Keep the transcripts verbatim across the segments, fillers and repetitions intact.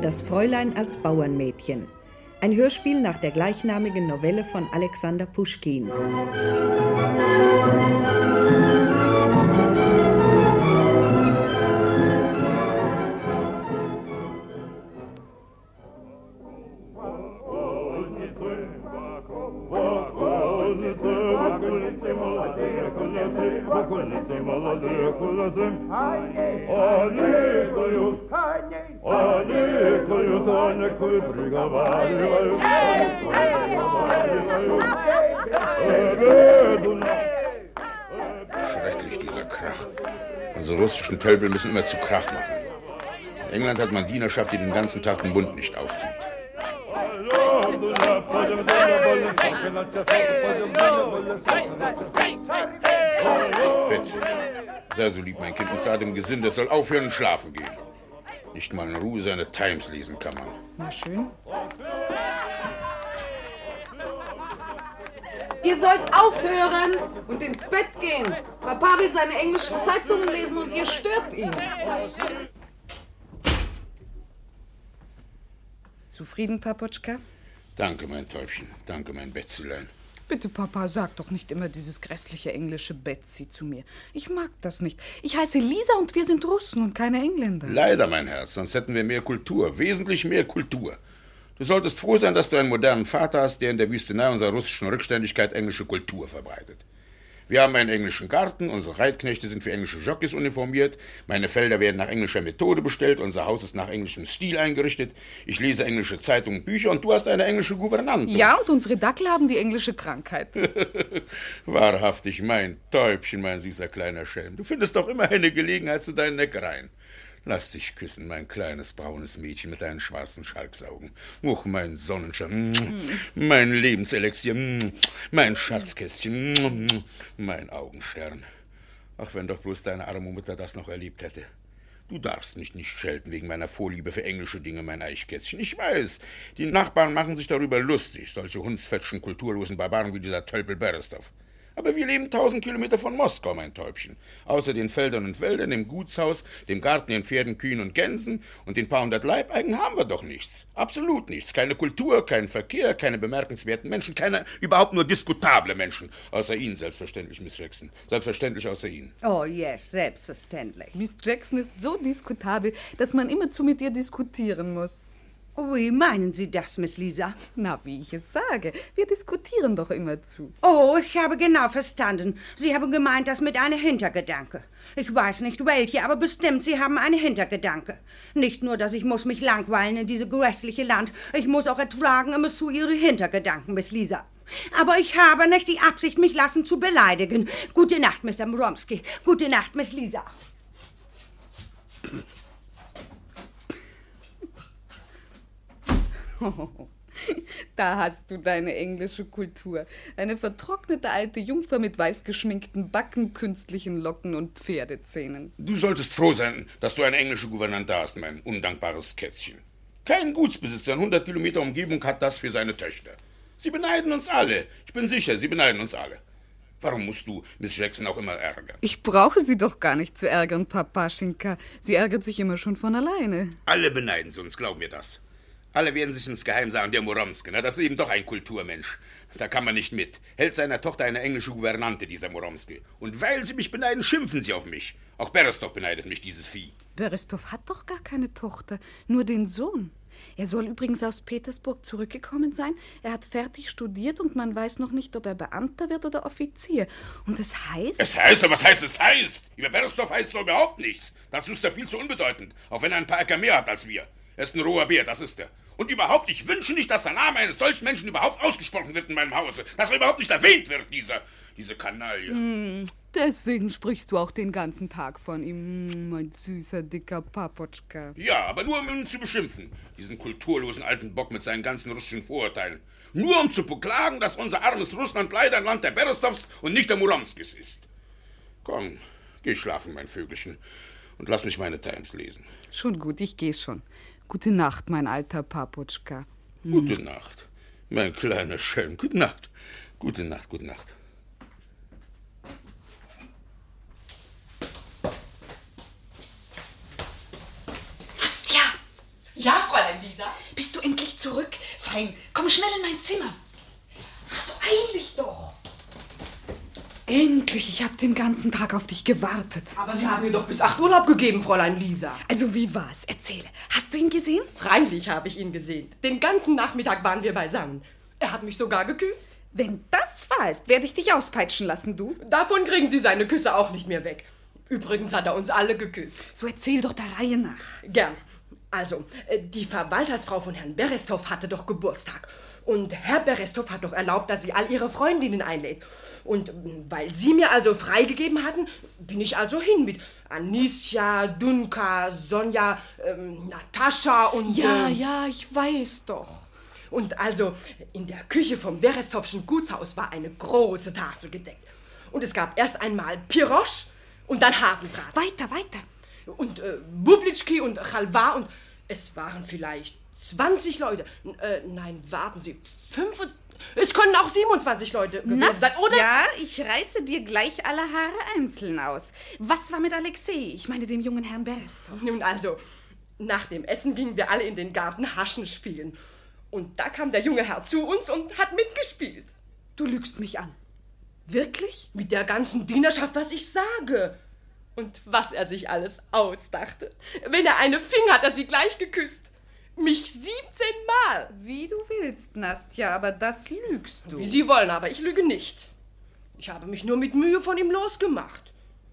Das Fräulein als Bauernmädchen. Ein Hörspiel nach der gleichnamigen Novelle von Alexander Puschkin. Schrecklich, dieser Krach. Unsere russischen Tölpel müssen immer zu Krach machen. In England hat man Dienerschaft, die den ganzen Tag den Mund nicht auftut. Betsy, sei so lieb, mein Kind, und sag dem Gesinde, es soll aufhören und schlafen gehen. Nicht mal in Ruhe seine Times lesen kann man. Na schön. Ihr sollt aufhören und ins Bett gehen. Papa will seine englischen Zeitungen lesen und ihr stört ihn. Zufrieden, Papotschka? Danke, mein Täubchen. Danke, mein Betsylein. Bitte, Papa, sag doch nicht immer dieses grässliche englische Betsy zu mir. Ich mag das nicht. Ich heiße Lisa und wir sind Russen und keine Engländer. Leider, mein Herz, sonst hätten wir mehr Kultur, wesentlich mehr Kultur. Du solltest froh sein, dass du einen modernen Vater hast, der in der Wüstenei unserer russischen Rückständigkeit englische Kultur verbreitet. Wir haben einen englischen Garten, unsere Reitknechte sind für englische Jockeys uniformiert, meine Felder werden nach englischer Methode bestellt, unser Haus ist nach englischem Stil eingerichtet, ich lese englische Zeitungen, Bücher und du hast eine englische Gouvernante. Ja, und unsere Dackel haben die englische Krankheit. Wahrhaftig, mein Täubchen, mein süßer kleiner Schelm. Du findest doch immer eine Gelegenheit zu deinen Neckereien. Lass dich küssen, mein kleines braunes Mädchen mit deinen schwarzen Schalksaugen. Och, mein Sonnenschein, mm. mein Lebenselixier, mm. mein Schatzkästchen, mm. mein Augenstern. Ach, wenn doch bloß deine arme Mutter das noch erlebt hätte. Du darfst mich nicht schelten wegen meiner Vorliebe für englische Dinge, mein Eichkätzchen. Ich weiß, die Nachbarn machen sich darüber lustig, solche hundsfetschen, kulturlosen Barbaren wie dieser Tölpel Berestov. Aber wir leben tausend Kilometer von Moskau, mein Täubchen. Außer den Feldern und Wäldern, dem Gutshaus, dem Garten, den Pferden, Kühen und Gänsen und den paar hundert Leibeigen haben wir doch nichts. Absolut nichts. Keine Kultur, kein Verkehr, keine bemerkenswerten Menschen, keine überhaupt nur diskutable Menschen. Außer Ihnen, selbstverständlich, Miss Jackson. Selbstverständlich außer Ihnen. Oh, yes, selbstverständlich. Miss Jackson ist so diskutabel, dass man immerzu mit ihr diskutieren muss. Wie meinen Sie das, Miss Lisa? Na, wie ich es sage. Wir diskutieren doch immerzu. Oh, ich habe genau verstanden. Sie haben gemeint, das mit einem Hintergedanke. Ich weiß nicht welche, aber bestimmt, Sie haben einen Hintergedanke. Nicht nur, dass ich muss mich langweilen in dieses grässliche Land. Ich muss auch ertragen immerzu Ihre Hintergedanken, Miss Lisa. Aber ich habe nicht die Absicht, mich lassen zu beleidigen. Gute Nacht, Mister Muromsky. Gute Nacht, Miss Lisa. Oh, da hast du deine englische Kultur. Eine vertrocknete alte Jungfer mit weiß-geschminkten Backen, künstlichen Locken und Pferdezähnen. Du solltest froh sein, dass du eine englische Gouvernante hast, mein undankbares Kätzchen. Kein Gutsbesitzer in hundert Kilometer Umgebung hat das für seine Töchter. Sie beneiden uns alle. Ich bin sicher, sie beneiden uns alle. Warum musst du Miss Jackson auch immer ärgern? Ich brauche sie doch gar nicht zu ärgern, Papaschinka. Sie ärgert sich immer schon von alleine. Alle beneiden sie uns, glaub mir das. Alle werden sich ins Geheim sagen, der Muromsky, na, das ist eben doch ein Kulturmensch. Da kann man nicht mit. Hält seiner Tochter eine englische Gouvernante, dieser Muromsky. Und weil sie mich beneiden, schimpfen sie auf mich. Auch Berestov beneidet mich, dieses Vieh. Berestov hat doch gar keine Tochter, nur den Sohn. Er soll übrigens aus Petersburg zurückgekommen sein. Er hat fertig studiert und man weiß noch nicht, ob er Beamter wird oder Offizier. Und es heißt... Es heißt? Was heißt es heißt? Über Berestov heißt doch überhaupt nichts. Dazu ist er viel zu unbedeutend, auch wenn er ein paar Äcker mehr hat als wir. Er ist ein roher Bär, das ist er. Und überhaupt, ich wünsche nicht, dass der Name eines solchen Menschen überhaupt ausgesprochen wird in meinem Hause. Dass er überhaupt nicht erwähnt wird, dieser, diese Kanaille. Mm, deswegen sprichst du auch den ganzen Tag von ihm, mm, mein süßer, dicker Papotschka. Ja, aber nur um ihn zu beschimpfen. Diesen kulturlosen alten Bock mit seinen ganzen russischen Vorurteilen. Nur um zu beklagen, dass unser armes Russland leider ein Land der Berestovs und nicht der Muromskys ist. Komm, geh schlafen, mein Vögelchen, und lass mich meine Times lesen. Schon gut, ich geh schon. Gute Nacht, mein alter Papotschka. Gute Nacht, mein kleiner Schelm. Gute Nacht. Gute Nacht, gute Nacht. Nastja! Ja, Fräulein Lisa? Bist du endlich zurück? Fein, komm schnell in mein Zimmer. Ach, so eil dich doch. Endlich, ich habe den ganzen Tag auf dich gewartet. Aber Sie haben mir doch bis acht Urlaub gegeben, Fräulein Lisa. Also wie war's? Erzähle. Hast du ihn gesehen? Freilich habe ich ihn gesehen. Den ganzen Nachmittag waren wir beisammen. Er hat mich sogar geküsst. Wenn das wahr ist, werde ich dich auspeitschen lassen, du. Davon kriegen Sie seine Küsse auch nicht mehr weg. Übrigens hat er uns alle geküsst. So erzähl doch der Reihe nach. Gern. Also, die Verwaltersfrau von Herrn Berestov hatte doch Geburtstag. Und Herr Berestov hat doch erlaubt, dass sie all ihre Freundinnen einlädt. Und weil sie mir also freigegeben hatten, bin ich also hin mit Anicia, Dunka, Sonja, ähm, Natascha und... Ja, ähm, ja, ich weiß doch. Und also in der Küche vom Berestovschen Gutshaus war eine große Tafel gedeckt. Und es gab erst einmal Pirosch und dann Hasenbraten. Weiter, weiter. Und äh, Bublitschki und Chalva und es waren vielleicht zwanzig Leute. Äh, nein, warten Sie, fünfundzwanzig... Es können auch siebenundzwanzig Leute gewesen sein, oder? Ja, ich reiße dir gleich alle Haare einzeln aus. Was war mit Alexei? Ich meine dem jungen Herrn Berestov. Nun also, nach dem Essen gingen wir alle in den Garten Haschen spielen. Und da kam der junge Herr zu uns und hat mitgespielt. Du lügst mich an. Wirklich? Mit der ganzen Dienerschaft, was ich sage. Und was er sich alles ausdachte. Wenn er eine fing, hat er sie gleich geküsst. Mich siebzehn Mal. Wie du willst, Nastja, aber das lügst du. Wie Sie wollen, aber ich lüge nicht. Ich habe mich nur mit Mühe von ihm losgemacht.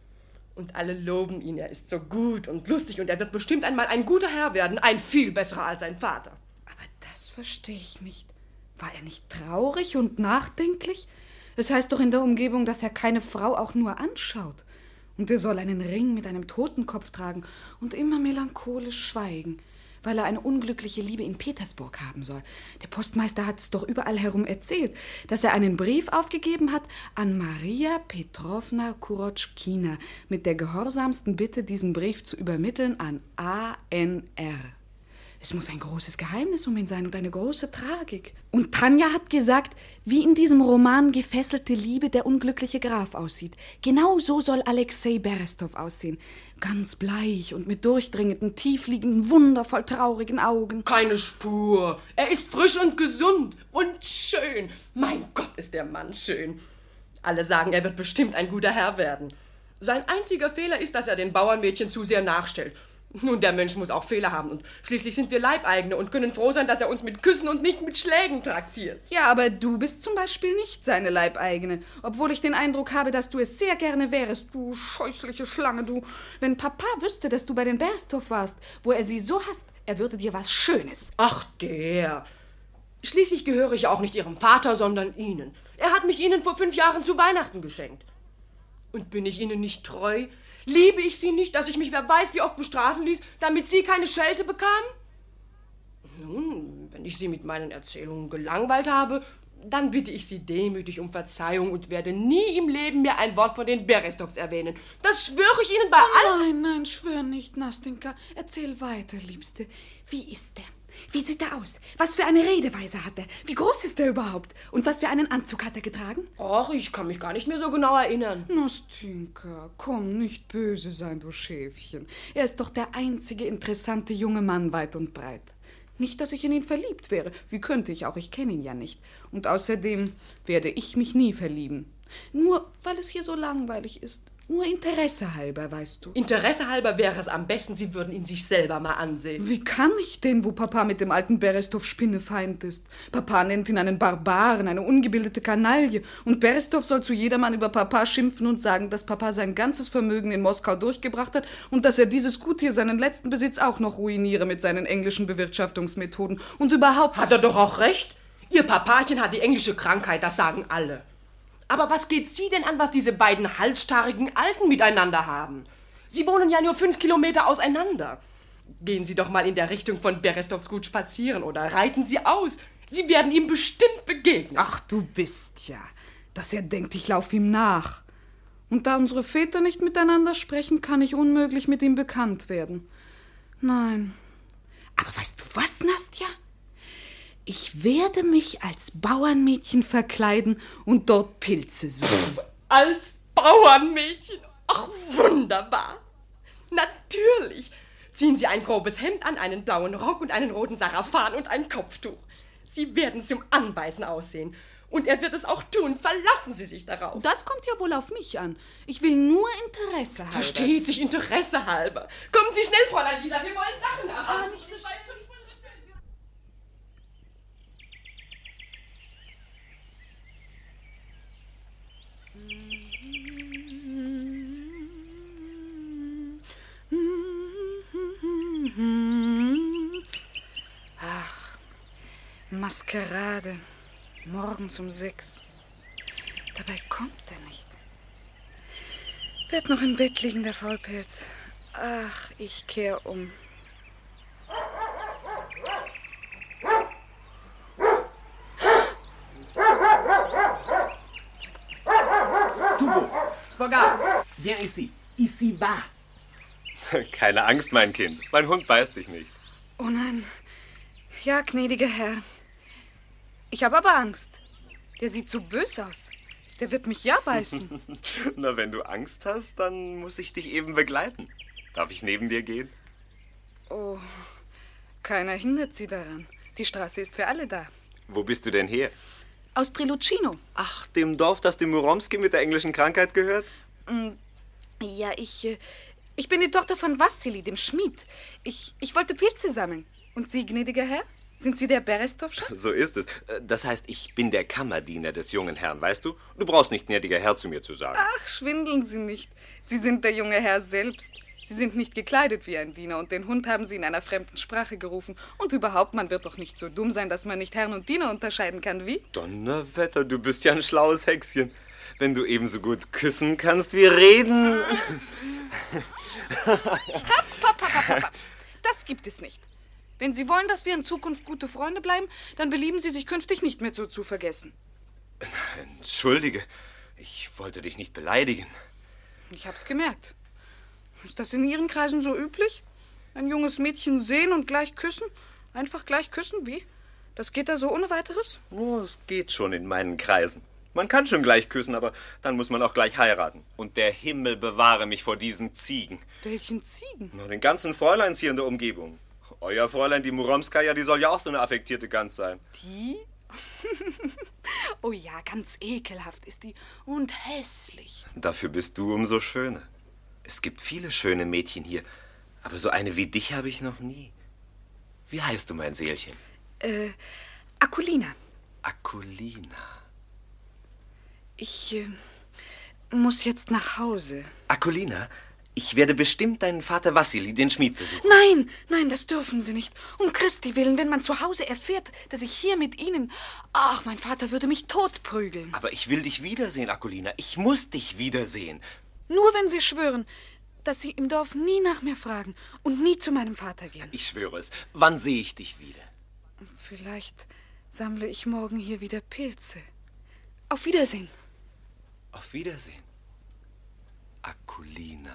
Und alle loben ihn, er ist so gut und lustig und er wird bestimmt einmal ein guter Herr werden, ein viel besserer als sein Vater. Aber das verstehe ich nicht. War er nicht traurig und nachdenklich? Es heißt doch in der Umgebung, dass er keine Frau auch nur anschaut. Und er soll einen Ring mit einem Totenkopf tragen und immer melancholisch schweigen, weil er eine unglückliche Liebe in Petersburg haben soll. Der Postmeister hat es doch überall herum erzählt, dass er einen Brief aufgegeben hat an Maria Petrovna Kurotschkina mit der gehorsamsten Bitte, diesen Brief zu übermitteln an A N R. Es muss ein großes Geheimnis um ihn sein und eine große Tragik. Und Tanja hat gesagt, wie in diesem Roman Gefesselte Liebe der unglückliche Graf aussieht. Genau so soll Alexei Berestov aussehen. Ganz bleich und mit durchdringenden, tiefliegenden, wundervoll traurigen Augen. Keine Spur. Er ist frisch und gesund und schön. Mein Gott, ist der Mann schön. Alle sagen, er wird bestimmt ein guter Herr werden. Sein einziger Fehler ist, dass er den Bauernmädchen zu sehr nachstellt. Nun, der Mensch muss auch Fehler haben und schließlich sind wir Leibeigene und können froh sein, dass er uns mit Küssen und nicht mit Schlägen traktiert. Ja, aber du bist zum Beispiel nicht seine Leibeigene, obwohl ich den Eindruck habe, dass du es sehr gerne wärest, du scheußliche Schlange, du. Wenn Papa wüsste, dass du bei den Berestov warst, wo er sie so hasst, er würde dir was Schönes. Ach, der. Schließlich gehöre ich auch nicht ihrem Vater, sondern Ihnen. Er hat mich Ihnen vor fünf Jahren zu Weihnachten geschenkt. Und bin ich Ihnen nicht treu? Liebe ich Sie nicht, dass ich mich wer weiß wie oft bestrafen ließ, damit Sie keine Schelte bekamen? Nun, wenn ich Sie mit meinen Erzählungen gelangweilt habe, dann bitte ich Sie demütig um Verzeihung und werde nie im Leben mehr ein Wort von den Berestovs erwähnen. Das schwöre ich Ihnen bei oh, allen... Nein, nein, schwör nicht, Nastenka. Erzähl weiter, Liebste. Wie ist er? Wie sieht er aus? Was für eine Redeweise hat er? Wie groß ist er überhaupt? Und was für einen Anzug hat er getragen? Ach, ich kann mich gar nicht mehr so genau erinnern. Nastinka, komm, nicht böse sein, du Schäfchen. Er ist doch der einzige interessante junge Mann weit und breit. Nicht, dass ich in ihn verliebt wäre. Wie könnte ich auch? Ich kenne ihn ja nicht. Und außerdem werde ich mich nie verlieben. Nur, weil es hier so langweilig ist. Nur Interesse halber, weißt du. Interesse halber wäre es am besten, Sie würden ihn sich selber mal ansehen. Wie kann ich denn, wo Papa mit dem alten Berestov Spinnefeind ist? Papa nennt ihn einen Barbaren, eine ungebildete Kanaille. Und Berestov soll zu jedermann über Papa schimpfen und sagen, dass Papa sein ganzes Vermögen in Moskau durchgebracht hat und dass er dieses Gut hier, seinen letzten Besitz, auch noch ruiniere mit seinen englischen Bewirtschaftungsmethoden. Und überhaupt... Hat er doch auch recht. Ihr Papachen hat die englische Krankheit, das sagen alle. Aber was geht Sie denn an, was diese beiden halsstarrigen Alten miteinander haben? Sie wohnen ja nur fünf Kilometer auseinander. Gehen Sie doch mal in der Richtung von Berestovs Gut spazieren oder reiten Sie aus. Sie werden ihm bestimmt begegnen. Ach, du bist ja, dass er denkt, ich laufe ihm nach. Und da unsere Väter nicht miteinander sprechen, kann ich unmöglich mit ihm bekannt werden. Nein. Aber weißt du was, Nastja? Ich werde mich als Bauernmädchen verkleiden und dort Pilze suchen. Als Bauernmädchen? Ach, wunderbar. Natürlich. Ziehen Sie ein grobes Hemd an, einen blauen Rock und einen roten Sarafan und ein Kopftuch. Sie werden zum Anbeißen aussehen. Und er wird es auch tun. Verlassen Sie sich darauf. Das kommt ja wohl auf mich an. Ich will nur Interesse halber. Versteht sich, Interesse halber. Kommen Sie schnell, Fräulein Lisa, wir wollen Sachen haben. Ah, nicht so weißt du, ich will Ach, Maskerade. Morgens um sechs. Dabei kommt er nicht. Wird noch im Bett liegen, der Faulpelz. Ach, ich kehr um. Tubo, Spagat, wer ist sie? Ist sie wahr? Keine Angst, mein Kind. Mein Hund beißt dich nicht. Oh nein. Ja, gnädiger Herr. Ich habe aber Angst. Der sieht so bös aus. Der wird mich ja beißen. Na, wenn du Angst hast, dann muss ich dich eben begleiten. Darf ich neben dir gehen? Oh, keiner hindert Sie daran. Die Straße ist für alle da. Wo bist du denn her? Aus Prilucino. Ach, dem Dorf, das dem Muromski mit der englischen Krankheit gehört? Ja, ich, äh, ich bin die Tochter von Wassili, dem Schmied. Ich, ich wollte Pilze sammeln. Und Sie, gnädiger Herr? Sind Sie der Berestowscher? So ist es. Das heißt, ich bin der Kammerdiener des jungen Herrn, weißt du? Du brauchst nicht gnädiger Herr zu mir zu sagen. Ach, schwindeln Sie nicht. Sie sind der junge Herr selbst. Sie sind nicht gekleidet wie ein Diener und den Hund haben Sie in einer fremden Sprache gerufen. Und überhaupt, man wird doch nicht so dumm sein, dass man nicht Herrn und Diener unterscheiden kann, wie? Donnerwetter, du bist ja ein schlaues Hexchen. Wenn du ebenso gut küssen kannst wie reden. Hopp, hopp, hopp, hopp, hopp. Das gibt es nicht. Wenn Sie wollen, dass wir in Zukunft gute Freunde bleiben, dann belieben Sie sich künftig nicht mehr so zu vergessen. Entschuldige, ich wollte dich nicht beleidigen. Ich hab's gemerkt. Ist das in Ihren Kreisen so üblich? Ein junges Mädchen sehen und gleich küssen? Einfach gleich küssen, wie? Das geht da so ohne weiteres? Oh, es geht schon in meinen Kreisen. Man kann schon gleich küssen, aber dann muss man auch gleich heiraten. Und der Himmel bewahre mich vor diesen Ziegen. Welchen Ziegen? Na, den ganzen Fräuleins hier in der Umgebung. Euer Fräulein, die Muromskaja, die soll ja auch so eine affektierte Gans sein. Die? Oh ja, ganz ekelhaft ist die und hässlich. Dafür bist du umso schöner. Es gibt viele schöne Mädchen hier, aber so eine wie dich habe ich noch nie. Wie heißt du, mein Seelchen? Äh, Akulina. Akulina. Ich äh, muss jetzt nach Hause. Akulina, ich werde bestimmt deinen Vater Wassili, den Schmied, besuchen. Nein, nein, das dürfen Sie nicht. Um Christi willen, wenn man zu Hause erfährt, dass ich hier mit Ihnen... Ach, mein Vater würde mich totprügeln. Aber ich will dich wiedersehen, Akulina. Ich muss dich wiedersehen. Nur wenn Sie schwören, dass Sie im Dorf nie nach mir fragen und nie zu meinem Vater gehen. Ich schwöre es. Wann sehe ich dich wieder? Vielleicht sammle ich morgen hier wieder Pilze. Auf Wiedersehen. Auf Wiedersehen. Akulina.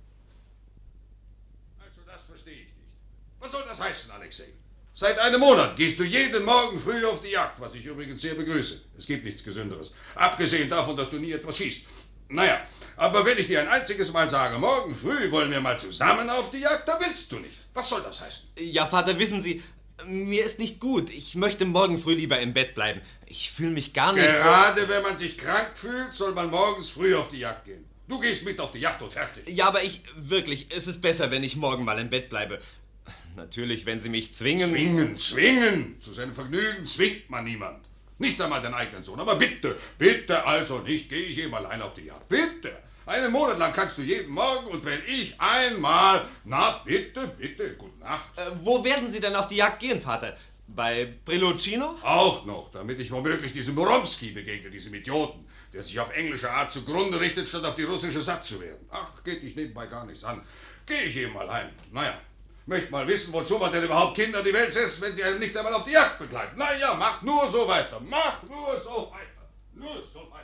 Also das verstehe ich nicht. Was soll das heißen, Alexei? Seit einem Monat gehst du jeden Morgen früh auf die Jagd, was ich übrigens sehr begrüße. Es gibt nichts Gesünderes. Abgesehen davon, dass du nie etwas schießt. Naja, aber wenn ich dir ein einziges Mal sage, morgen früh wollen wir mal zusammen auf die Jagd, da willst du nicht. Was soll das heißen? Ja, Vater, wissen Sie, mir ist nicht gut. Ich möchte morgen früh lieber im Bett bleiben. Ich fühle mich gar nicht... Gerade wenn man sich krank fühlt, soll man morgens früh auf die Jagd gehen. Du gehst mit auf die Jagd und fertig. Ja, aber ich, wirklich, es ist besser, wenn ich morgen mal im Bett bleibe. Natürlich, wenn Sie mich zwingen... Zwingen, zwingen! Zu seinem Vergnügen zwingt man niemand. Nicht einmal den eigenen Sohn. Aber bitte, bitte also nicht, gehe ich eben allein auf die Jagd. Bitte! Einen Monat lang kannst du jeden Morgen und wenn ich einmal... Na, bitte, bitte, gute Nacht. Äh, wo werden Sie denn auf die Jagd gehen, Vater? Bei Prilucino? Auch noch, damit ich womöglich diesem Muromski begegne, diesem Idioten, der sich auf englische Art zugrunde richtet, statt auf die russische satt zu werden. Ach, geht dich nebenbei gar nichts an. Gehe ich eben mal heim. Naja, möchte mal wissen, wozu man denn überhaupt Kinder die Welt setzt, wenn sie einen nicht einmal auf die Jagd begleiten. Naja, mach nur so weiter. Mach nur so weiter. Nur so weiter.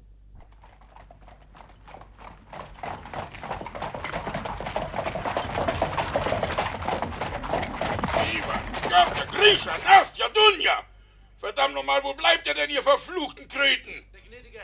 Ivan, der Grisha, Nastja, Dunja! Verdammt nochmal, wo bleibt ihr denn, ihr verfluchten Kreten? Der gnädige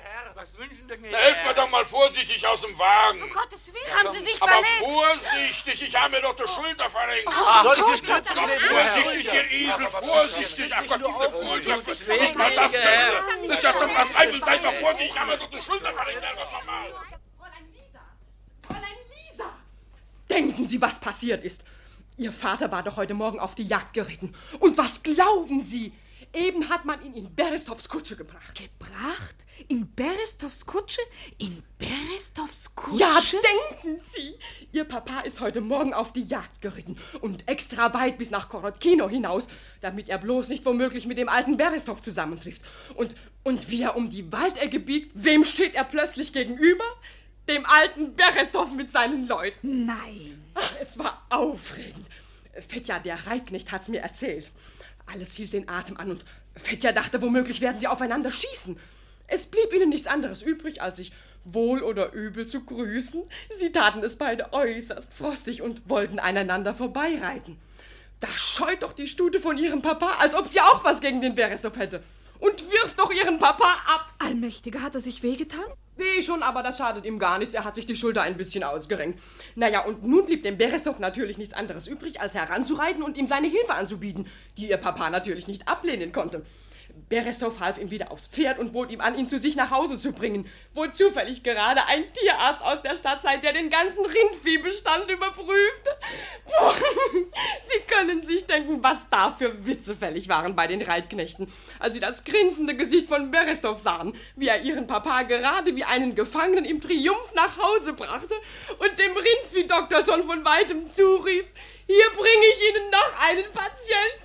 Herr, was wünschen denn Na, helft mir doch mal vorsichtig aus dem Wagen. Um Gottes Willen, haben Sie sich Aber verletzt? vorsichtig, ich habe mir doch die Schulter verrenkt. Oh, soll ich die Stütze nehmen? Vorsichtig, ihr Esel, vorsichtig. Ach Gott, diese Vorsicht, was ist mal das denn? Das ist ja zum Verzweifeln, seid doch vorsichtig, ich habe mir doch die Schulter verrenkt. Fräulein Lisa! Fräulein Lisa! Denken Sie, was passiert ist. Ihr Vater war doch heute Morgen auf die Jagd geritten. Und was glauben Sie? Eben hat man ihn in Berestovs Kutsche gebracht. Gebracht? In Berestovs Kutsche? In Berestovs Kutsche? Ja, denken Sie! Ihr Papa ist heute Morgen auf die Jagd geritten und extra weit bis nach Korotkino hinaus, damit er bloß nicht womöglich mit dem alten Berestov zusammentrifft. Und, und wie er um die Waldecke biegt, wem steht er plötzlich gegenüber? Dem alten Berestov mit seinen Leuten. Nein. Ach, es war aufregend. Fetja, der Reitknecht, hat's mir erzählt. Alles hielt den Atem an und Fetja dachte, womöglich werden sie aufeinander schießen. Es blieb ihnen nichts anderes übrig, als sich wohl oder übel zu grüßen. Sie taten es beide äußerst frostig und wollten aneinander vorbeireiten. Da scheut doch die Stute von ihrem Papa, als ob sie auch was gegen den Berestov hätte. Und wirft doch ihren Papa ab. Allmächtiger, hat er sich wehgetan? Weh schon, aber das schadet ihm gar nichts. Er hat sich die Schulter ein bisschen ausgerenkt. Naja, und nun blieb dem Berestov natürlich nichts anderes übrig, als heranzureiten und ihm seine Hilfe anzubieten, die ihr Papa natürlich nicht ablehnen konnte. Berestov half ihm wieder aufs Pferd und bot ihm an, ihn zu sich nach Hause zu bringen, wo zufällig gerade ein Tierarzt aus der Stadt sei, der den ganzen Rindviehbestand überprüfte. Sie können sich denken, was da für Witze fällig waren bei den Reitknechten, als sie das grinsende Gesicht von Berestov sahen, wie er ihren Papa gerade wie einen Gefangenen im Triumph nach Hause brachte und dem Rindviehdoktor schon von weitem zurief: Hier bringe ich Ihnen noch einen Patienten.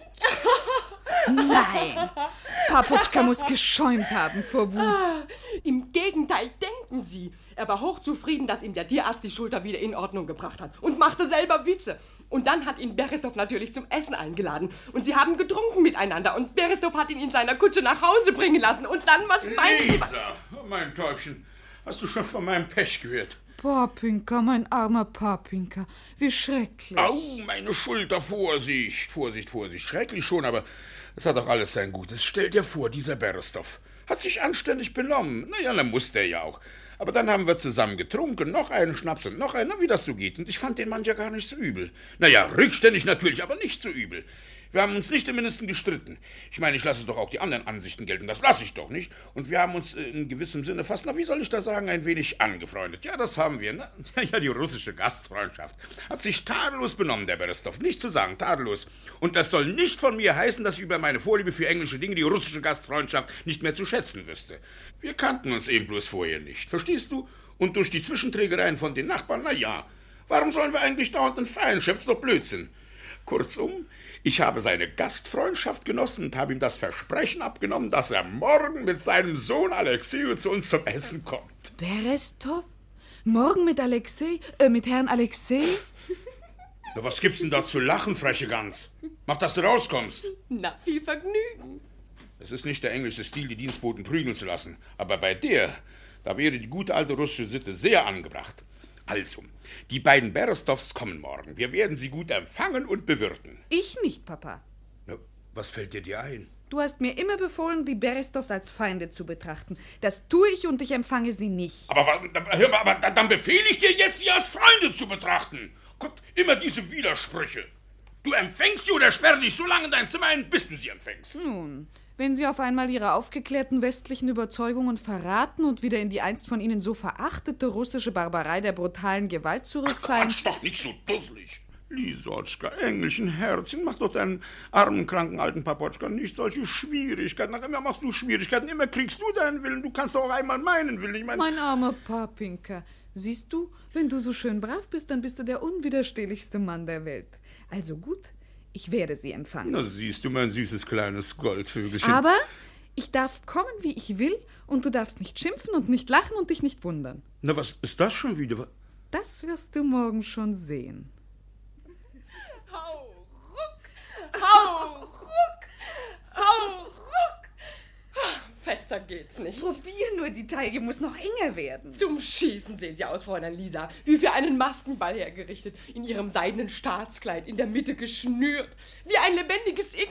Nein, Paputschka muss geschäumt haben vor Wut. Ah, im Gegenteil, denken Sie. Er war hochzufrieden, dass ihm der Tierarzt die Schulter wieder in Ordnung gebracht hat und machte selber Witze. Und dann hat ihn Berestov natürlich zum Essen eingeladen. Und sie haben getrunken miteinander. Und Berestov hat ihn in seiner Kutsche nach Hause bringen lassen. Und dann, was meinen Sie? Lisa, mein Täubchen, hast du schon von meinem Pech gehört? Papinka, mein armer Papinka, wie schrecklich. Au, meine Schulter, Vorsicht, Vorsicht, Vorsicht. Schrecklich schon, aber es hat doch alles sein Gutes. Stell dir vor, dieser Berestov hat sich anständig benommen. Naja, dann musste er ja auch. Aber dann haben wir zusammen getrunken, noch einen Schnaps und noch einen, wie das so geht. Und ich fand den Mann ja gar nicht so übel. Naja, rückständig natürlich, aber nicht so übel. Wir haben uns nicht im Mindesten gestritten. Ich meine, ich lasse doch auch die anderen Ansichten gelten. Das lasse ich doch nicht. Und wir haben uns in gewissem Sinne fast, na, wie soll ich das sagen, ein wenig angefreundet. Ja, das haben wir. Ne? Ja, die russische Gastfreundschaft hat sich tadellos benommen, der Berestov. Nicht zu sagen, tadellos. Und das soll nicht von mir heißen, dass ich über meine Vorliebe für englische Dinge die russische Gastfreundschaft nicht mehr zu schätzen wüsste. Wir kannten uns eben bloß vorher nicht. Verstehst du? Und durch die Zwischenträgereien von den Nachbarn, na ja. Warum sollen wir eigentlich dauernd entfallen? Chef's doch Blödsinn. Kurzum, ich habe seine Gastfreundschaft genossen und habe ihm das Versprechen abgenommen, dass er morgen mit seinem Sohn Alexei zu uns zum Essen kommt. Berestov? Morgen mit Alexei? Äh, mit Herrn Alexei? Na, was gibt's denn da zu lachen, freche Gans? Mach, dass du rauskommst. Na, viel Vergnügen. Es ist nicht der englische Stil, die Dienstboten prügeln zu lassen. Aber bei der, da wäre die gute alte russische Sitte sehr angebracht. Also, die beiden Berestovs kommen morgen. Wir werden sie gut empfangen und bewirten. Ich nicht, Papa. Na, was fällt dir dir ein? Du hast mir immer befohlen, die Berestovs als Feinde zu betrachten. Das tue ich und ich empfange sie nicht. Aber, hör mal, aber dann befehle ich dir jetzt, sie als Freunde zu betrachten. Gott, immer diese Widersprüche. Du empfängst sie oder sperre dich so lange in dein Zimmer ein, bis du sie empfängst. Nun, wenn sie auf einmal ihre aufgeklärten westlichen Überzeugungen verraten und wieder in die einst von ihnen so verachtete russische Barbarei der brutalen Gewalt zurückfallen... Ach, doch nicht so dusselig. Lisotschka, englischen Herzchen, mach doch deinen armen, kranken alten Papotschka nicht solche Schwierigkeiten. Nach immer machst du Schwierigkeiten, immer kriegst du deinen Willen. Du kannst doch auch einmal meinen Willen. Ich mein, mein armer Papinka, siehst du, wenn du so schön brav bist, dann bist du der unwiderstehlichste Mann der Welt. Also gut, ich werde sie empfangen. Na siehst du, mein süßes kleines Goldvögelchen. Aber ich darf kommen, wie ich will, und du darfst nicht schimpfen und nicht lachen und dich nicht wundern. Na, was ist das schon wieder? Das wirst du morgen schon sehen. Hau, ruck, hau, ruck, hau, ruck. Fester geht's nicht. Probier nur, die Taille muss noch enger werden. Zum Schießen sehen Sie aus, Fräulein Lisa, wie für einen Maskenball hergerichtet, in Ihrem seidenen Staatskleid, in der Mitte geschnürt. Wie ein lebendiges X sehen Sie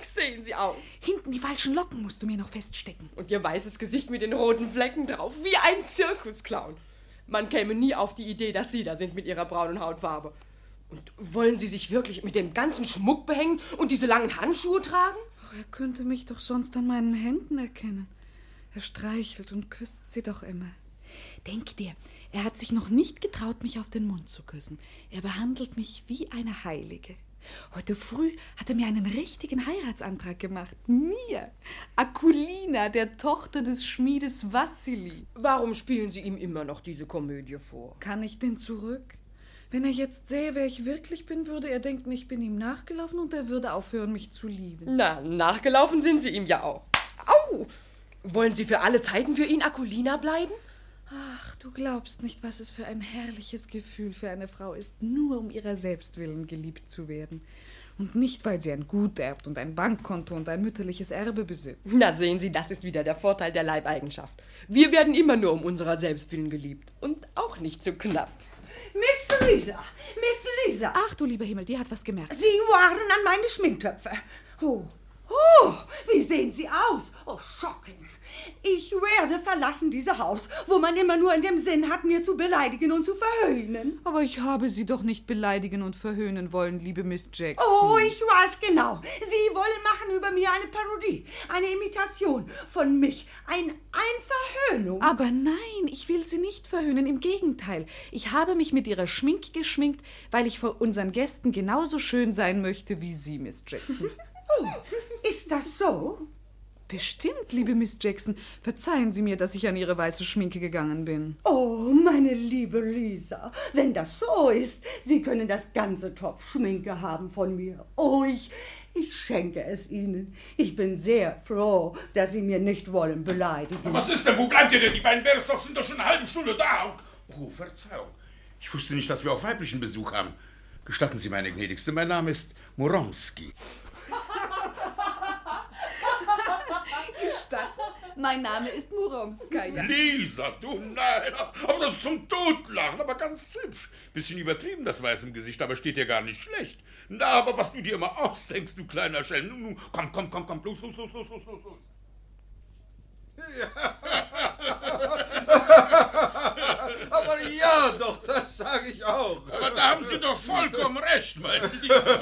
Sie aus? Hinten die falschen Locken musst du mir noch feststecken. Und Ihr weißes Gesicht mit den roten Flecken drauf, wie ein Zirkusclown. Man käme nie auf die Idee, dass Sie da sind mit Ihrer braunen Hautfarbe. Und wollen Sie sich wirklich mit dem ganzen Schmuck behängen und diese langen Handschuhe tragen? Ach, er könnte mich doch sonst an meinen Händen erkennen. Er streichelt und küsst sie doch immer. Denk dir, er hat sich noch nicht getraut, mich auf den Mund zu küssen. Er behandelt mich wie eine Heilige. Heute früh hat er mir einen richtigen Heiratsantrag gemacht. Mir, Akulina, der Tochter des Schmiedes Wassili. Warum spielen Sie ihm immer noch diese Komödie vor? Kann ich denn zurück? Wenn er jetzt sähe, wer ich wirklich bin, würde er denken, ich bin ihm nachgelaufen und er würde aufhören, mich zu lieben. Na, nachgelaufen sind Sie ihm ja auch. Au! Wollen Sie für alle Zeiten für ihn Akulina bleiben? Ach, du glaubst nicht, was es für ein herrliches Gefühl für eine Frau ist, nur um ihrer selbst willen geliebt zu werden. Und nicht, weil sie ein Gut erbt und ein Bankkonto und ein mütterliches Erbe besitzt. Na, sehen Sie, das ist wieder der Vorteil der Leibeigenschaft. Wir werden immer nur um unserer selbst willen geliebt. Und auch nicht zu knapp. Miss Lisa, Miss Lisa. Ach, du lieber Himmel, die hat was gemerkt. Sie waren an meine Schminktöpfe. Oh, oh, wie sehen Sie aus? Oh, shocking. Ich werde verlassen dieses Haus, wo man immer nur in dem Sinn hat, mir zu beleidigen und zu verhöhnen. Aber ich habe Sie doch nicht beleidigen und verhöhnen wollen, liebe Miss Jackson. Oh, ich weiß genau. Sie wollen machen über mir eine Parodie, eine Imitation von mich, ein, ein Verhöhnung. Aber nein, ich will Sie nicht verhöhnen, im Gegenteil. Ich habe mich mit Ihrer Schminke geschminkt, weil ich vor unseren Gästen genauso schön sein möchte wie Sie, Miss Jackson. Oh, ist das so? Bestimmt, liebe Miss Jackson. Verzeihen Sie mir, dass ich an Ihre weiße Schminke gegangen bin. Oh, meine liebe Lisa, wenn das so ist, Sie können das ganze Topf Schminke haben von mir. Oh, ich, ich schenke es Ihnen. Ich bin sehr froh, dass Sie mir nicht wollen beleidigen. Was ist denn? Wo bleibt ihr denn? Die beiden Bärs doch sind doch schon eine halbe Stunde da. Oh, Verzeihung. Ich wusste nicht, dass wir auch weiblichen Besuch haben. Gestatten Sie, meine Gnädigste, mein Name ist Moromski. Mein Name ist Muromskaja. Lisa, du nein, aber das ist zum Totlachen, aber ganz hübsch. Bisschen übertrieben, das Weiß im Gesicht, aber steht dir gar nicht schlecht. Na, aber was du dir immer ausdenkst, du kleiner Schelm. Nun, nun, komm, komm, komm, komm, los, los, los, los, los, los, los. Aber ja, doch, das sage ich auch. Aber da haben Sie doch vollkommen recht, mein Lieber.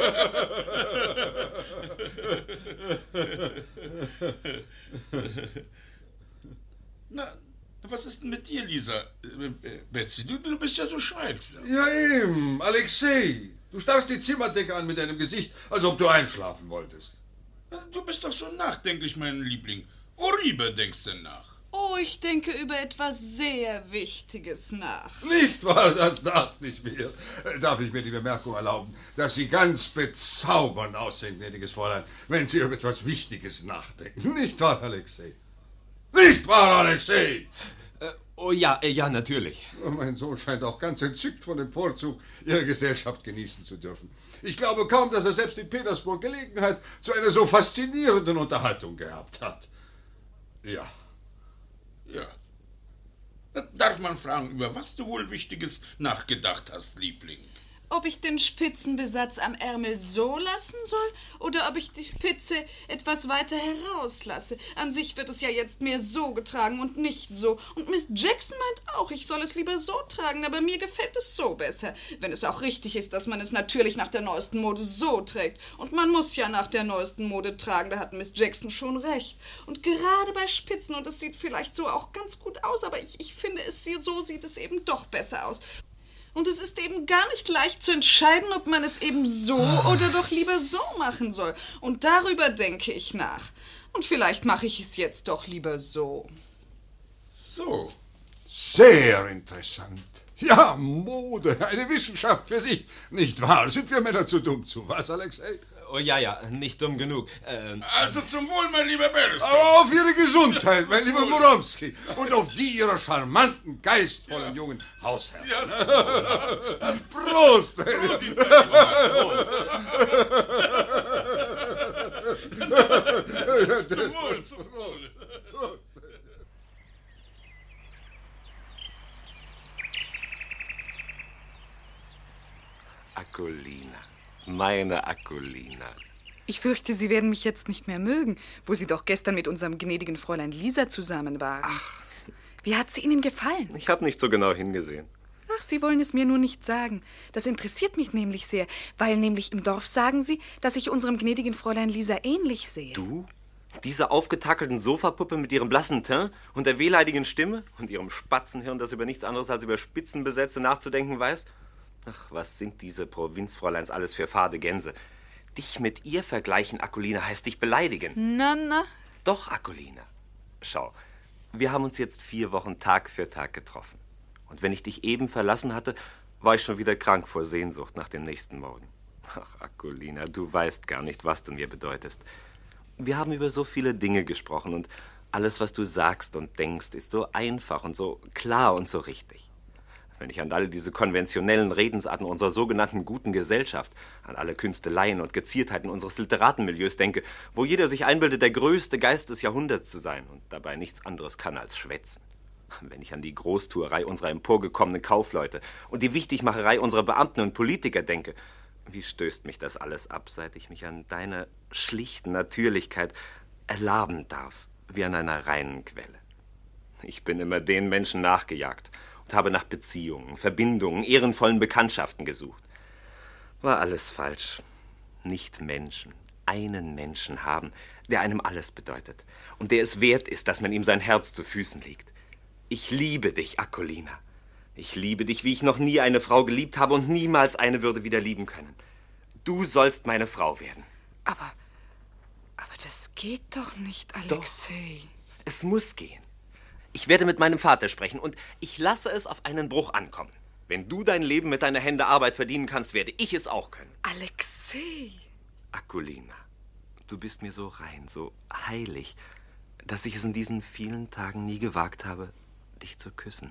Na, was ist denn mit dir, Lisa? Äh, Betsy, du, du bist ja so schweigsam. Ja eben, Alexei. Du starrst die Zimmerdecke an mit deinem Gesicht, als ob du einschlafen wolltest. Du bist doch so nachdenklich, mein Liebling. Worüber denkst du denn nach? Oh, ich denke über etwas sehr Wichtiges nach. Nicht wahr, das dachte ich mir. Darf ich mir die Bemerkung erlauben, dass Sie ganz bezaubernd aussehen, gnädiges Fräulein, wenn Sie über etwas Wichtiges nachdenken. Nicht wahr, Alexei? Nicht wahr, Alexei? Äh, oh ja, äh, ja, natürlich. Mein Sohn scheint auch ganz entzückt von dem Vorzug, Ihre Gesellschaft genießen zu dürfen. Ich glaube kaum, dass er selbst in Petersburg Gelegenheit zu einer so faszinierenden Unterhaltung gehabt hat. Ja. Ja. Darf man fragen, über was du wohl Wichtiges nachgedacht hast, Liebling? Ob ich den Spitzenbesatz am Ärmel so lassen soll oder ob ich die Spitze etwas weiter herauslasse. An sich wird es ja jetzt mehr so getragen und nicht so. Und Miss Jackson meint auch, ich soll es lieber so tragen, aber mir gefällt es so besser. Wenn es auch richtig ist, dass man es natürlich nach der neuesten Mode so trägt. Und man muss ja nach der neuesten Mode tragen, da hat Miss Jackson schon recht. Und gerade bei Spitzen, und es sieht vielleicht so auch ganz gut aus, aber ich, ich finde, es so sieht es eben doch besser aus. Und es ist eben gar nicht leicht zu entscheiden, ob man es eben so oder doch lieber so machen soll. Und darüber denke ich nach. Und vielleicht mache ich es jetzt doch lieber so. So. Sehr interessant. Ja, Mode, eine Wissenschaft für sich. Nicht wahr? Sind wir Männer zu dumm zu? Was, Alexei? Oh ja, ja, nicht dumm genug. Ähm, Also zum Wohl, mein lieber Barrister. Auf Ihre Gesundheit, mein lieber Moromski. Und auf die Ihrer charmanten, geistvollen jungen Hausherren. Ja, zum Wohl. Das Prost! Prost, mein lieber Prost. Zum Wohl, zum Wohl. Akulina, meine Akulina. Ich fürchte, Sie werden mich jetzt nicht mehr mögen, wo Sie doch gestern mit unserem gnädigen Fräulein Lisa zusammen waren. Ach. Wie hat sie Ihnen gefallen? Ich habe nicht so genau hingesehen. Ach, Sie wollen es mir nur nicht sagen. Das interessiert mich nämlich sehr, weil nämlich im Dorf sagen Sie, dass ich unserem gnädigen Fräulein Lisa ähnlich sehe. Du? Diese aufgetakelten Sofapuppe mit ihrem blassen Teint und der wehleidigen Stimme und ihrem Spatzenhirn, das über nichts anderes als über Spitzenbesätze nachzudenken weiß? Ach, was sind diese Provinzfräuleins alles für fade Gänse? Dich mit ihr vergleichen, Akulina, heißt dich beleidigen. Na, na. Doch, Akulina. Schau, wir haben uns jetzt vier Wochen Tag für Tag getroffen. Und wenn ich dich eben verlassen hatte, war ich schon wieder krank vor Sehnsucht nach dem nächsten Morgen. Ach, Akulina, du weißt gar nicht, was du mir bedeutest. Wir haben über so viele Dinge gesprochen und alles, was du sagst und denkst, ist so einfach und so klar und so richtig. Wenn ich an all diese konventionellen Redensarten unserer sogenannten guten Gesellschaft, an alle Künsteleien und Geziertheiten unseres Literatenmilieus denke, wo jeder sich einbildet, der größte Geist des Jahrhunderts zu sein und dabei nichts anderes kann als schwätzen. Wenn ich an die Großtuerei unserer emporgekommenen Kaufleute und die Wichtigmacherei unserer Beamten und Politiker denke, wie stößt mich das alles ab, seit ich mich an deiner schlichten Natürlichkeit erlaben darf, wie an einer reinen Quelle. Ich bin immer den Menschen nachgejagt und habe nach Beziehungen, Verbindungen, ehrenvollen Bekanntschaften gesucht. War alles falsch. Nicht Menschen, einen Menschen haben, der einem alles bedeutet und der es wert ist, dass man ihm sein Herz zu Füßen legt. Ich liebe dich, Akulina. Ich liebe dich, wie ich noch nie eine Frau geliebt habe und niemals eine würde wieder lieben können. Du sollst meine Frau werden. Aber, aber das geht doch nicht, Alexei. Doch, es muss gehen. Ich werde mit meinem Vater sprechen und ich lasse es auf einen Bruch ankommen. Wenn du dein Leben mit deiner Hände Arbeit verdienen kannst, werde ich es auch können. Alexei! Akulina, du bist mir so rein, so heilig, dass ich es in diesen vielen Tagen nie gewagt habe, dich zu küssen.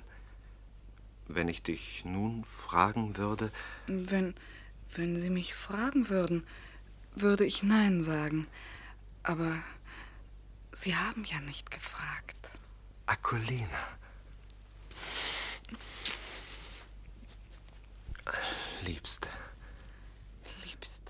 Wenn ich dich nun fragen würde... Wenn, wenn Sie mich fragen würden, würde ich Nein sagen. Aber Sie haben ja nicht gefragt. Akulina. Liebste. Liebste.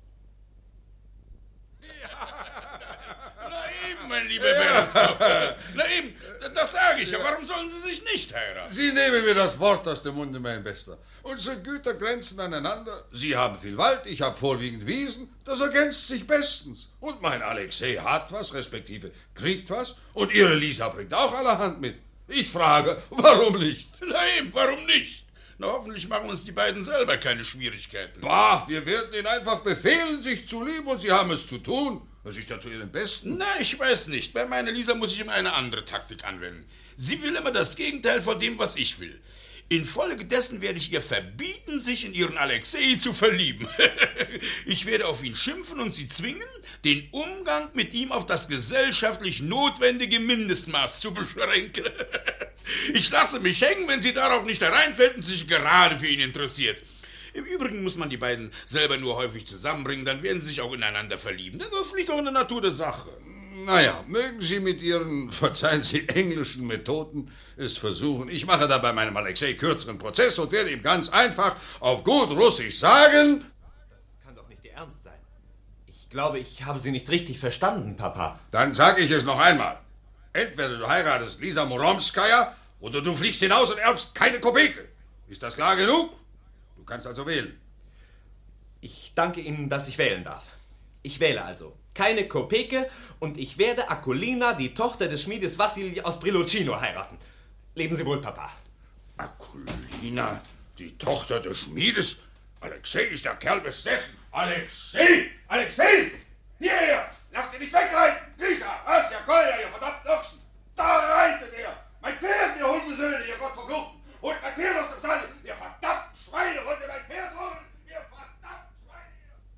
Na eben, mein lieber Bernstorff. Na eben, das sage ich ja. Warum sollen Sie sich nicht heiraten? Sie nehmen mir das Wort aus dem Munde, mein Bester. Unsere Güter grenzen aneinander. Sie haben viel Wald, ich habe vorwiegend Wiesen. Das ergänzt sich bestens. Und mein Alexei hat was, respektive kriegt was. Und Ihre Lisa bringt auch allerhand mit. Ich frage, warum nicht? Na eben, warum nicht? Na, hoffentlich machen uns die beiden selber keine Schwierigkeiten. Bah, wir werden Ihnen einfach befehlen, sich zu lieben, und Sie haben es zu tun. Das ist ja zu Ihrem Besten. Na, ich weiß nicht. Bei meiner Lisa muss ich immer eine andere Taktik anwenden. Sie will immer das Gegenteil von dem, was ich will. Infolgedessen werde ich ihr verbieten, sich in ihren Alexei zu verlieben. Ich werde auf ihn schimpfen und sie zwingen, den Umgang mit ihm auf das gesellschaftlich notwendige Mindestmaß zu beschränken. Ich lasse mich hängen, wenn sie darauf nicht hereinfällt und sich gerade für ihn interessiert. Im Übrigen muss man die beiden selber nur häufig zusammenbringen, dann werden sie sich auch ineinander verlieben. Das liegt doch in der Natur der Sache. Naja, mögen Sie mit Ihren, verzeihen Sie, englischen Methoden es versuchen. Ich mache da bei meinem Alexei kürzeren Prozess und werde ihm ganz einfach auf gut Russisch sagen... Das kann doch nicht Ihr Ernst sein. Ich glaube, ich habe Sie nicht richtig verstanden, Papa. Dann sage ich es noch einmal. Entweder du heiratest Lisa Muromskaja oder du fliegst hinaus und erbst keine Kopeke. Ist das klar genug? Du kannst also wählen. Ich danke Ihnen, dass ich wählen darf. Ich wähle also keine Kopeke und ich werde Akulina, die Tochter des Schmiedes Wassili aus Brilocino, heiraten. Leben Sie wohl, Papa. Akulina, die Tochter des Schmiedes? Alexei, ist der Kerl besessen. Alexei! Alexei! Hierher! Lasst ihn nicht wegreiten! Lisa, was, ihr Kolja, ihr verdammten Ochsen! Da reitet er! Mein Pferd, ihr Hundesöhne, ihr Gottverfluchten! Holt mein Pferd aus dem Stall! Ihr verdammten Schweinehunde, mein Pferd holen! Ihr verdammten Schweine!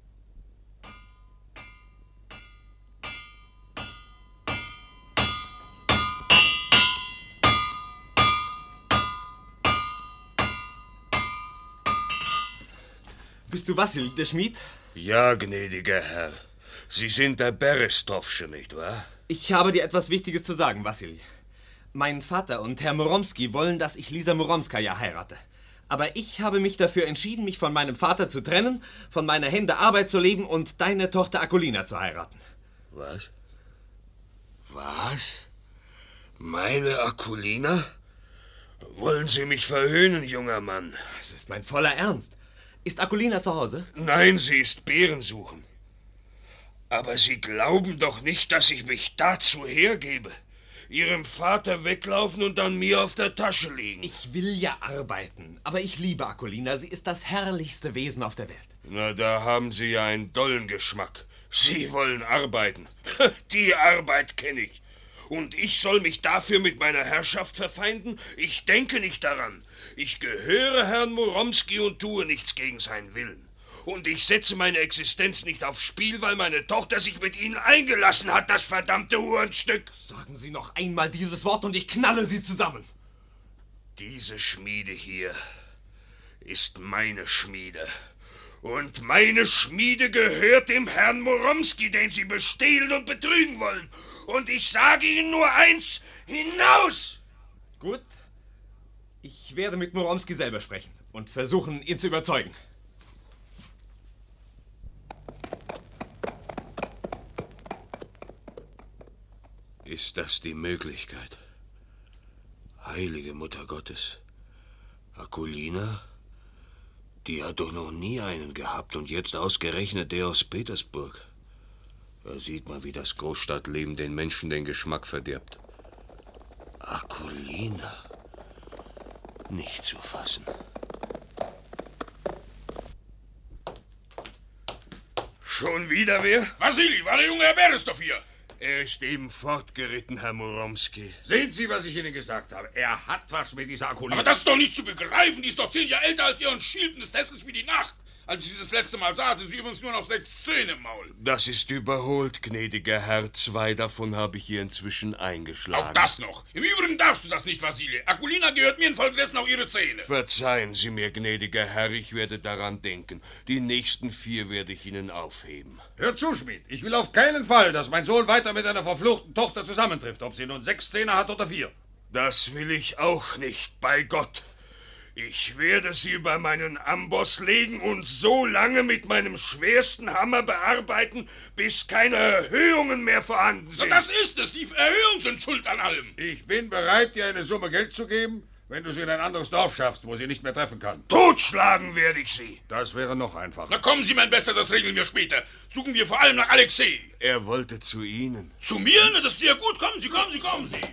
Bist du Wassili, der Schmied? Ja, gnädiger Herr. Sie sind der Berestowsche, nicht wahr? Ich habe dir etwas Wichtiges zu sagen, Wassili. Mein Vater und Herr Muromski wollen, dass ich Lisa Muromskaja heirate. Aber ich habe mich dafür entschieden, mich von meinem Vater zu trennen, von meiner Hände Arbeit zu leben und deine Tochter Akulina zu heiraten. Was? Was? Meine Akulina? Wollen Sie mich verhöhnen, junger Mann? Das ist mein voller Ernst. Ist Akulina zu Hause? Nein, sie ist Beeren suchen. Aber Sie glauben doch nicht, dass ich mich dazu hergebe. Ihrem Vater weglaufen und an mir auf der Tasche liegen. Ich will ja arbeiten, aber ich liebe Akulina. Sie ist das herrlichste Wesen auf der Welt. Na, da haben Sie ja einen dollen Geschmack. Sie wollen arbeiten. Die Arbeit kenne ich. Und ich soll mich dafür mit meiner Herrschaft verfeinden? Ich denke nicht daran. Ich gehöre Herrn Muromski und tue nichts gegen seinen Willen. Und ich setze meine Existenz nicht aufs Spiel, weil meine Tochter sich mit Ihnen eingelassen hat, das verdammte Hurenstück. Sagen Sie noch einmal dieses Wort und ich knalle Sie zusammen. Diese Schmiede hier ist meine Schmiede. Und meine Schmiede gehört dem Herrn Muromski, den Sie bestehlen und betrügen wollen. Und ich sage Ihnen nur eins, hinaus! Gut. Ich werde mit Muromski selber sprechen und versuchen, ihn zu überzeugen. Ist das die Möglichkeit? Heilige Mutter Gottes. Akulina? Die hat doch noch nie einen gehabt und jetzt ausgerechnet der aus Petersburg. Da sieht man, wie das Großstadtleben den Menschen den Geschmack verdirbt. Akulina. Nicht zu fassen. Schon wieder wer? Vassili, war der junge Herr Berestov hier? Er ist eben fortgeritten, Herr Muromski. Sehen Sie, was ich Ihnen gesagt habe. Er hat was mit dieser Akulina. Aber das ist doch nicht zu begreifen. Die ist doch zehn Jahre älter als ihr und schielt und ist hässlich wie die Nacht. Als ich sie das letzte Mal sah, hatte sie übrigens nur noch sechs Zähne im Maul. Das ist überholt, gnädiger Herr. Zwei davon habe ich ihr inzwischen eingeschlagen. Auch das noch. Im Übrigen darfst du das nicht, Vassili. Akulina gehört mir, infolgedessen auch ihre Zähne. Verzeihen Sie mir, gnädiger Herr, ich werde daran denken. Die nächsten vier werde ich Ihnen aufheben. Hör zu, Schmied. Ich will auf keinen Fall, dass mein Sohn weiter mit einer verfluchten Tochter zusammentrifft, ob sie nun sechs Zähne hat oder vier. Das will ich auch nicht, bei Gott. Ich werde sie über meinen Amboss legen und so lange mit meinem schwersten Hammer bearbeiten, bis keine Erhöhungen mehr vorhanden sind. Na, das ist es. Die Erhöhungen sind schuld an allem. Ich bin bereit, dir eine Summe Geld zu geben, wenn du sie in ein anderes Dorf schaffst, wo sie nicht mehr treffen kann. Totschlagen werde ich sie. Das wäre noch einfacher. Na kommen Sie, mein Bester, das regeln wir später. Suchen wir vor allem nach Alexei. Er wollte zu Ihnen. Zu mir? Na, das ist sehr gut. Kommen Sie, kommen Sie, kommen Sie.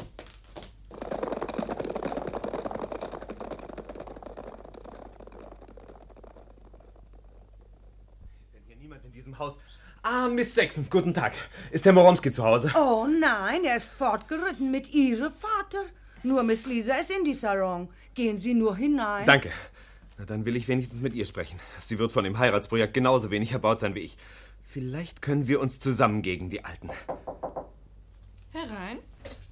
Haus. Ah, Miss Jackson, guten Tag. Ist Herr Muromski zu Hause? Oh nein, er ist fortgeritten mit Ihrem Vater. Nur Miss Lisa ist in die Salon. Gehen Sie nur hinein. Danke. Na, dann will ich wenigstens mit ihr sprechen. Sie wird von dem Heiratsprojekt genauso wenig erbaut sein wie ich. Vielleicht können wir uns zusammen gegen die Alten. Herein.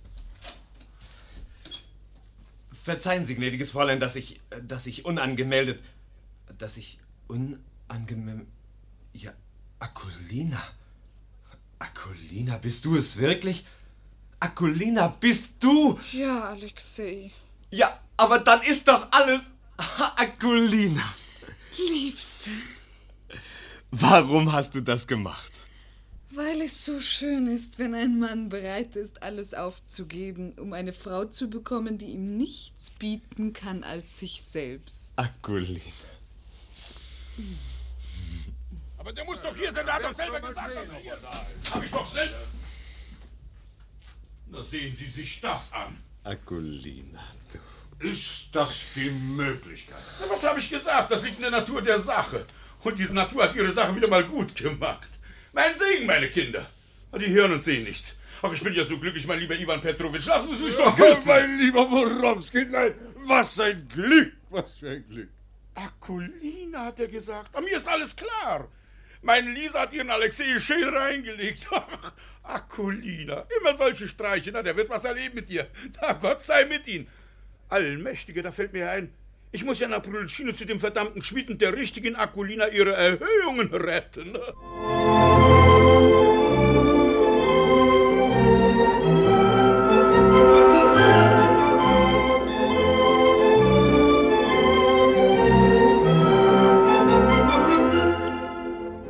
Verzeihen Sie, gnädiges Fräulein, dass ich, dass ich unangemeldet, dass ich unangemeldet, ja, Akulina. Akulina, bist du es wirklich? Akulina, bist du? Ja, Alexei. Ja, aber dann ist doch alles Akulina. Liebste. Warum hast du das gemacht? Weil es so schön ist, wenn ein Mann bereit ist, alles aufzugeben, um eine Frau zu bekommen, die ihm nichts bieten kann als sich selbst. Akulina. Aber der muss doch hier sein, der hat doch selber gesagt, dass er hier ist. Hab ich doch selber. Na, sehen Sie sich das an. Akulina, du. Ist das die Möglichkeit? Na, was habe ich gesagt? Das liegt in der Natur der Sache. Und diese Natur hat ihre Sache wieder mal gut gemacht. Mein Segen, meine Kinder. Die hören und sehen nichts. Ach, ich bin ja so glücklich, mein lieber Ivan Petrowitsch. Lassen Sie sich doch küssen. Mein lieber Muromski, nein, was ein Glück, was für ein Glück. Akulina, hat er gesagt. Mir ist alles klar. Meine Lisa hat ihren Alexei schön reingelegt. Ach, Akulina, immer solche Streiche. Na, der wird was erleben mit dir. Na, Gott sei mit ihm. Allmächtige, da fällt mir ein, ich muss ja nach Prulchino zu dem verdammten Schmied und der richtigen Akulina ihre Erhöhungen retten.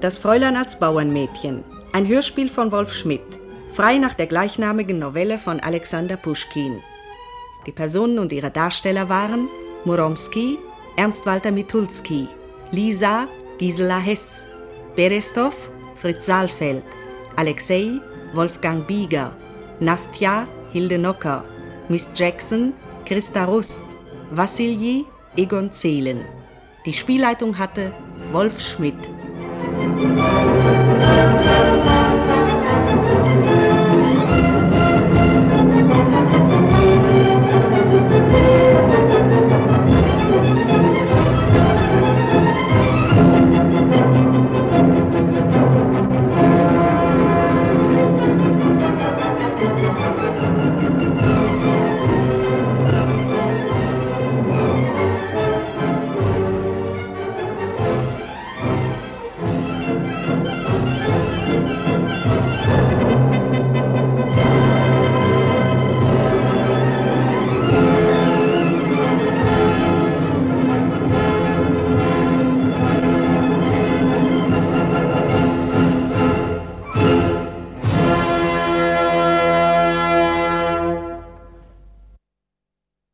Das Fräulein als Bauernmädchen. Ein Hörspiel von Wolf Schmidt. Frei nach der gleichnamigen Novelle von Alexander Puschkin. Die Personen und ihre Darsteller waren Muromski, Ernst Walter Mitulski, Lisa, Gisela Hess, Berestov, Fritz Saalfeld, Alexei, Wolfgang Bieger, Nastja, Hilde Nocker, Miss Jackson, Christa Rust, Wassilji, Egon Zehlen. Die Spielleitung hatte Wolf Schmidt.